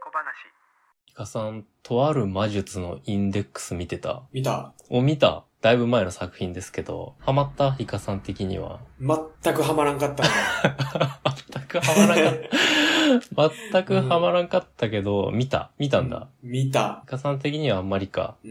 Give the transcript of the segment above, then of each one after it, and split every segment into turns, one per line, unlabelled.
小話。
イカさん、とある魔術のインデックス見てた？
見た。
見た。だいぶ前の作品ですけど、ハマった？イカさん的には。
全くハマらんかったんだ。
全くハマらんかった。全くハマらんかったけど、見たんだ。
見た。
イカさん的にはあんまりか。
うん。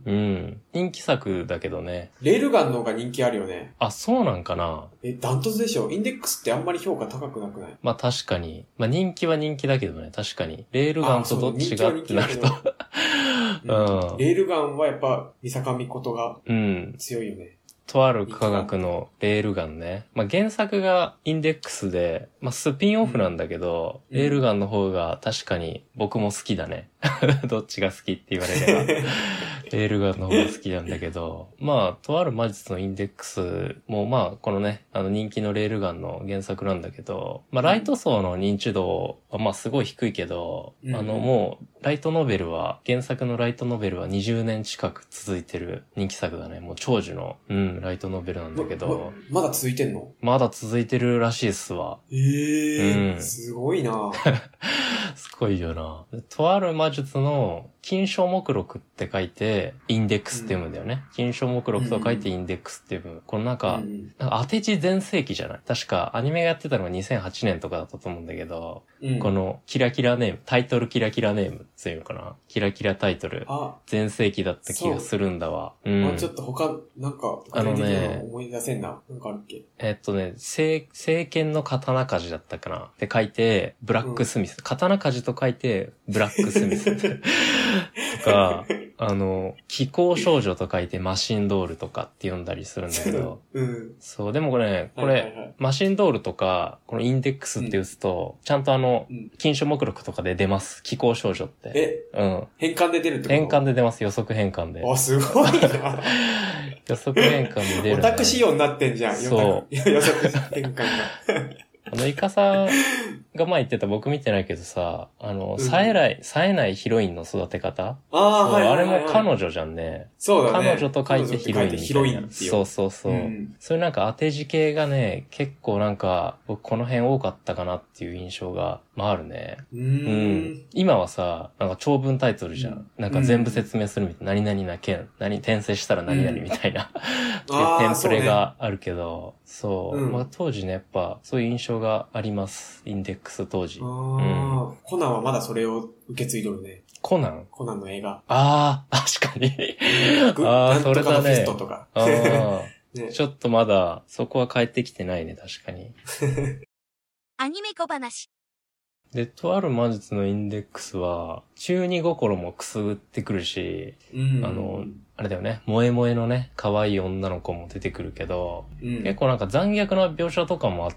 うん。人気作だけどね。
レールガンの方が人気あるよね。
あ、そうなんかな。
ダントツでしょ。インデックスってあんまり評価高くなくない？
まあ確かに。まあ人気は人気だけどね、確かに。レールガンとどっちがってなると。
うん。レールガンはやっぱ、三坂美琴が強いよね。
とある科学のレールガンね。まあ、原作がインデックスで、まあ、スピンオフなんだけど、レールガンの方が確かに僕も好きだね。どっちが好きって言われれば。レールガンの方が好きなんだけど、まあ、とある魔術のインデックスも、まあ、このね、人気のレールガンの原作なんだけど、まあ、ライト層の認知度は、まあ、すごい低いけど、もう、原作のライトノベルは20年近く続いてる人気作だね。もう長寿の、ライトノベルなんだけど。
まだ続いてんの？
まだ続いてるらしいっすわ。
すごいな
すごいよな。とある魔術の金賞目録って書いて、インデックスって読むんだよね。金賞目録と書いてインデックスって読む。このなんか当て字全盛期じゃない？確かアニメがやってたのが2008年とかだったと思うんだけど、このキラキラネーム、タイトルキラキラネームっていうのかな？キラキラタイトル。全盛期だった気がするんだわ。
ちょっとなんか、思い出せんな。なんかあるっけ？
聖剣の刀鍛冶だったかなって書いて、ブラックスミス。刀鍛冶と書いて、ブラックスミス。とか、気候少女と書いてマシンドールとかって読んだりするんだけど。そう、でもこれ、マシンドールとか、このインデックスって打つと、ちゃんと金賞目録とかで出ます。気候少女って。
変換で出るってこと？
変換で出ます。予測変換で。
あ、すごいな。
予測変換で出る、ね。
オタク仕様になってんじゃん。
そう。
予測変換が。
イカさんが前言ってた、僕見てないけどさ、冴えないヒロインの育て方？あれも彼女じゃんね。
そうだね。
彼女と書いてヒロインみたいな。
ヒロインっていう。
そう。そういうなんか当て字系がね、結構なんか、僕この辺多かったかなっていう印象が、あるね。今はさ、なんか長文タイトルじゃん。なんか全部説明するみたいな。何々な件、転生したら何々みたいな。テンプレがあるけど、そう。まあ当時ね、やっぱそういう印象があります。インデックス当時。
コナンはまだそれを受け継いどるね。
コナン
の映画。
確かに。それだね。ちょっとまだ、そこは帰ってきてないね、確かに。
アニメ小話。
で、とある魔術のインデックスは、中二心もくすぐってくるし、あれだよね、萌え萌えのね、可愛い女の子も出てくるけど、結構なんか残虐な描写とかもあって、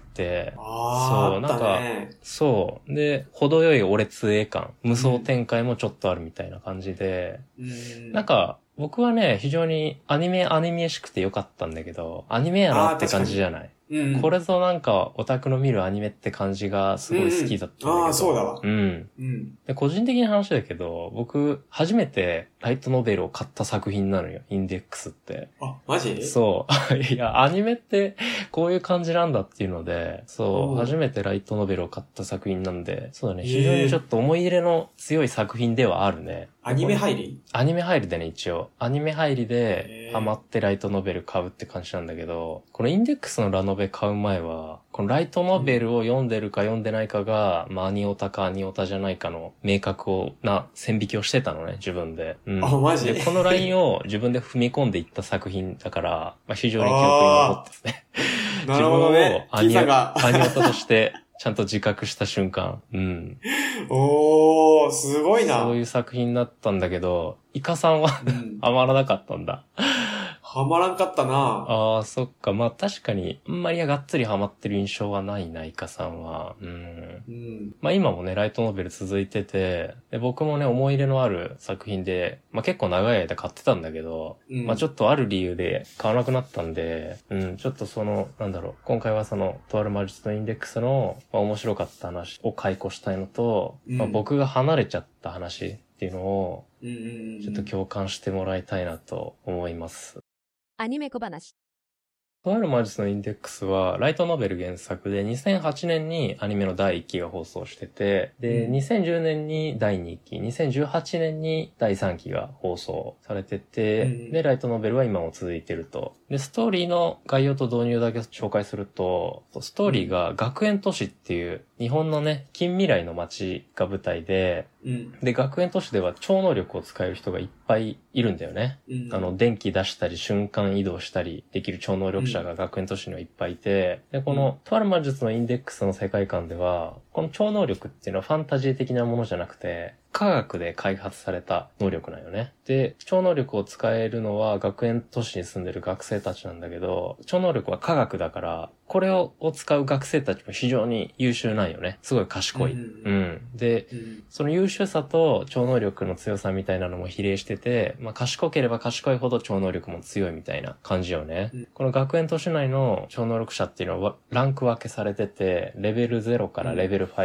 そう、なんか、そう、で、程よい俺強え感、無双展開もちょっとあるみたいな感じで、なんか、僕はね、非常にアニメしくてよかったんだけど、アニメやなって感じじゃない？これぞなんかオタクの見るアニメって感じがすごい好きだったんだけど。
そうだわ。
で、個人的な話だけど、僕、初めてライトノベルを買った作品なのよ、インデックスって。
マジ？
そう。いや、アニメってこういう感じなんだっていうので、そう、初めてライトノベルを買った作品なんで、そうだね、非常にちょっと思い入れの強い作品ではあるね。
アニメ入り
でね、一応。アニメ入りでハマってライトノベル買うって感じなんだけど、このインデックスのラノベ買う前は、このライトノベルを読んでるか読んでないかが、アニオタかアニオタじゃないかの明確な線引きをしてたのね、自分で。
マジ？
で、このラインを自分で踏み込んでいった作品だから、非常に記憶に残ってですね。
なるほどね。
自分をアニオタとして、ちゃんと自覚した瞬間。
すごいな。
そういう作品だったんだけど、イカさんはハマらなかったんだ。
ハマらんかったな。
そっか。まあ確かに、あんまりがっつりハマってる印象はないな、イカさんは。まあ今もね、ライトノベル続いてて、で僕もね、思い入れのある作品で、結構長い間買ってたんだけど、ちょっとある理由で買わなくなったんで、ちょっと今回はとある魔術のインデックスの、面白かった話を解雇したいのと、僕が離れちゃった話っていうのを、ちょっと共感してもらいたいなと思います。
アニメ小話。
とある魔術のインデックスは、ライトノベル原作で2008年にアニメの第1期が放送してて、で、2010年に第2期、2018年に第3期が放送されてて、で、ライトノベルは今も続いてると。で、ストーリーの概要と導入だけ紹介すると、ストーリーが学園都市っていう、日本のね、近未来の街が舞台で、で、学園都市では超能力を使える人がいっぱいいるんだよね。電気出したり瞬間移動したりできる超能力者が学園都市にはいっぱいいて、で、このとある魔術のインデックスの世界観では、この超能力っていうのはファンタジー的なものじゃなくて、科学で開発された能力なんよね。で、超能力を使えるのは学園都市に住んでる学生たちなんだけど、超能力は科学だから、これを使う学生たちも非常に優秀なんよね。すごい賢い。で、その優秀さと超能力の強さみたいなのも比例してて、まあ賢ければ賢いほど超能力も強いみたいな感じよね。この学園都市内の超能力者っていうのはランク分けされてて、レベル0からレベル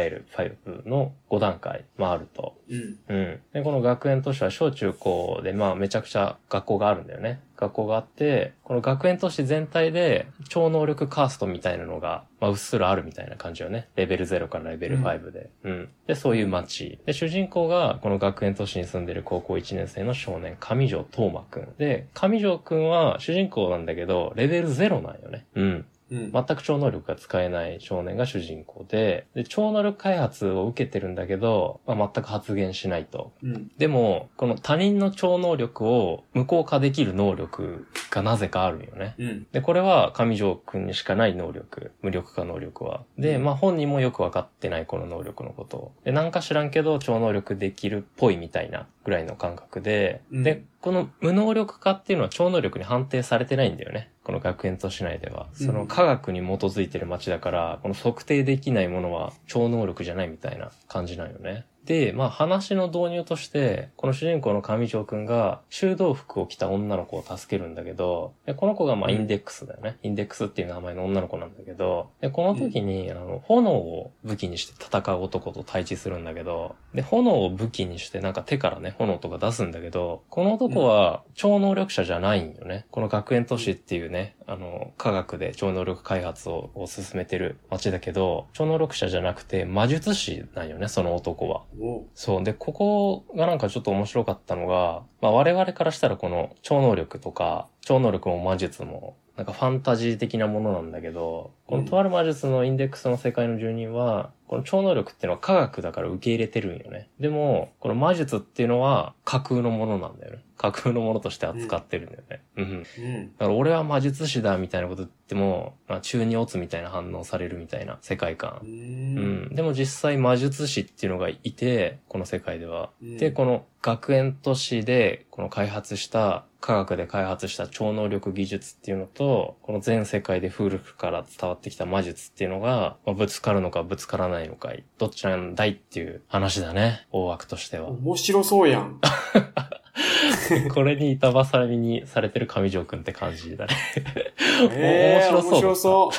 5の5段階もあると。で、この学園都市は小中高でまあめちゃくちゃ学校があるんだよね。学校があって、この学園都市全体で超能力カーストみたいなのが、まあうっすらあるみたいな感じよね。レベル0からレベル5で。で、そういう街。で、主人公がこの学園都市に住んでる高校1年生の少年、上条斗真くん。で、上条くんは主人公なんだけど、レベル0なんよね。全く超能力が使えない少年が主人公で、超能力開発を受けてるんだけど、まあ、全く発言しないと。でも、この他人の超能力を無効化できる能力がなぜかあるよね。で、これは上条くんにしかない能力。無力化能力は。で、まあ本人もよくわかってないこの能力のことを。で、なんか知らんけど超能力できるっぽいみたいなぐらいの感覚で、で、この無能力化っていうのは超能力に判定されてないんだよね。この学園都市内では。その科学に基づいてる街だから、この測定できないものは超能力じゃないみたいな感じなんよね。で、まあ話の導入として、この主人公の上条くんが修道服を着た女の子を助けるんだけど、でこの子がまあインデックスだよね。インデックスっていう名前の女の子なんだけど、でこの時に炎を武器にして戦う男と対峙するんだけど、で炎を武器にしてなんか手からね、炎とか出すんだけど、この男は超能力者じゃないんよね。この学園都市っていうね、科学で超能力開発を進めてる街だけど、超能力者じゃなくて魔術師なんよね、その男は。そう。で、ここがなんかちょっと面白かったのが、まあ我々からしたらこの超能力とか、超能力も魔術も、なんかファンタジー的なものなんだけど、このとある魔術のインデックスの世界の住人は、この超能力っていうのは科学だから受け入れてるんよね。でも、この魔術っていうのは架空のものなんだよね。架空のものとして扱ってるんだよね。だから俺は魔術師だみたいなこと言っても、まあ、中二オツみたいな反応されるみたいな世界観。でも実際魔術師っていうのがいて、この世界では。で、この学園都市でこの科学で開発した超能力技術っていうのと、この全世界で古くから伝わってきた魔術っていうのが、まあ、ぶつかるのかぶつからないのか、どっちなんだいっていう話だね。大枠としては。
面白そうやん。
これに板挟みにされてる上条くんって感じだね。
面白そう。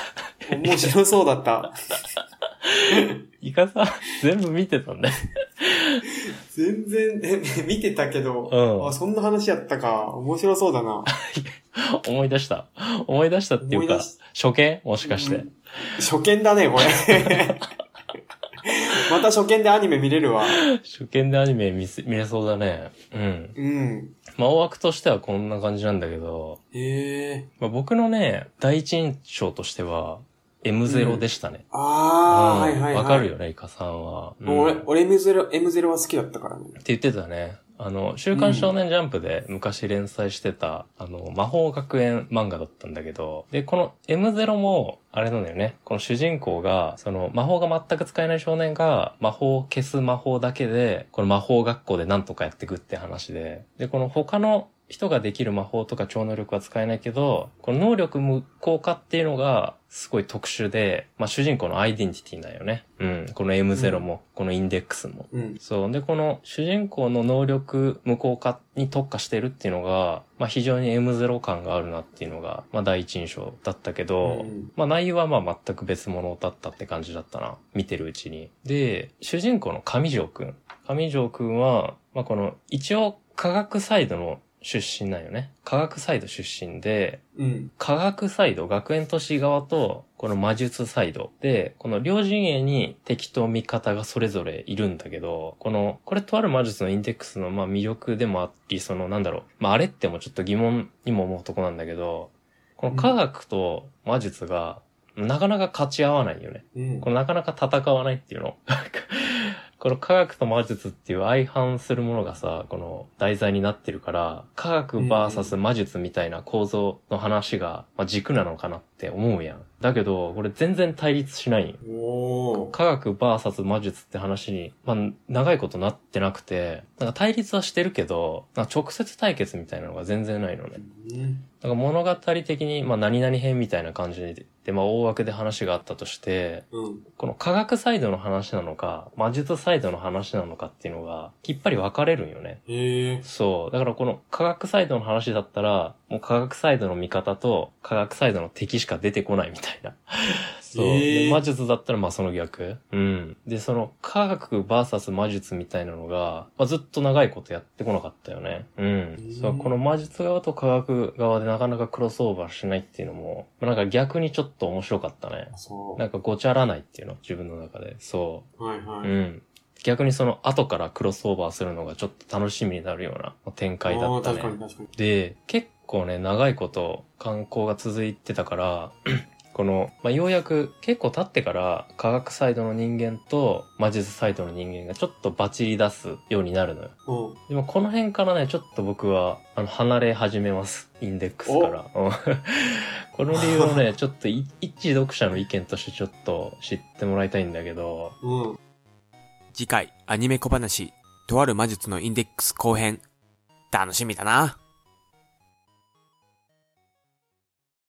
面白そうだった。
イカさん、全部見てたんね。
全然、見てたけど、あ、そんな話やったか。面白そうだな。
思い出したっていうか、初見もしかして。
初見だね、これ。また初見でアニメ見れるわ。
初見でアニメ見れそうだね。まあ、大枠としてはこんな感じなんだけど。まあ、僕のね、第一印象としては、M0 でしたね。
はいはいはい。
わかるよね、イカさんは。
俺 M0 は好きだったからね。
って言ってたね。週刊少年ジャンプで昔連載してた、魔法学園漫画だったんだけど、で、この M0 も、あれなんだよね。この主人公が、魔法が全く使えない少年が、魔法を消す魔法だけで、この魔法学校でなんとかやっていくって話で、で、この他の人ができる魔法とか超能力は使えないけど、この能力無効化っていうのがすごい特殊で、まあ主人公のアイデンティティだよね。この M0 も、このインデックスも。そう。で、この主人公の能力無効化に特化してるっていうのが、まあ非常に M0 感があるなっていうのが、まあ第一印象だったけど、まあ内容はまあ全く別物だったって感じだったな。見てるうちに。で、主人公の上条くんは、まあこの一応科学サイドの出身なんよね。科学サイド出身で、
うん。
科学サイド、学園都市側と、この魔術サイドで、この両陣営に敵と味方がそれぞれいるんだけど、これとある魔術のインデックスの魅力でもあり、あれってもちょっと疑問にも思うとこなんだけど、この科学と魔術がなかなか勝ち合わないよね。
うん。
なかなか戦わないっていうの。この科学と魔術っていう相反するものがさ、この題材になってるから、科学バーサス魔術みたいな構造の話が、軸なのかなって思うやん。だけど、これ全然対立しないよ。科学バーサス魔術って話に、長いことなってなくて、対立はしてるけど、直接対決みたいなのが全然ないのね。物語的に、何々編みたいな感じで、大枠で話があったとして、この科学サイドの話なのか、魔術サイドの話なのかっていうのが、きっぱり分かれるんよね。そう。だからこの科学サイドの話だったら、もう科学サイドの味方と科学サイドの敵しか出てこないみたいな。そう。で魔術だったらその逆。うん。で、その科学バーサス魔術みたいなのが、ずっと長いことやってこなかったよね。うん。そう、この魔術側と科学側でなかなかクロスオーバーしないっていうのも、逆にちょっと面白かったね。
そう。
ごちゃらないっていうの、自分の中で。そう。
はいはい。
うん。逆に後からクロスオーバーするのがちょっと楽しみになるような展開だったね。
確かに確かに。
で、結構ね、長いこと観光が続いてたから、ようやく結構経ってから科学サイドの人間と魔術サイドの人間がちょっとバチり出すようになるのよ。でもこの辺からね、ちょっと僕は離れ始めます。インデックスから。この理由をね、ちょっと一読者の意見としてちょっと知ってもらいたいんだけど。
次回アニメ小話、とある魔術のインデックス後編。楽しみだな。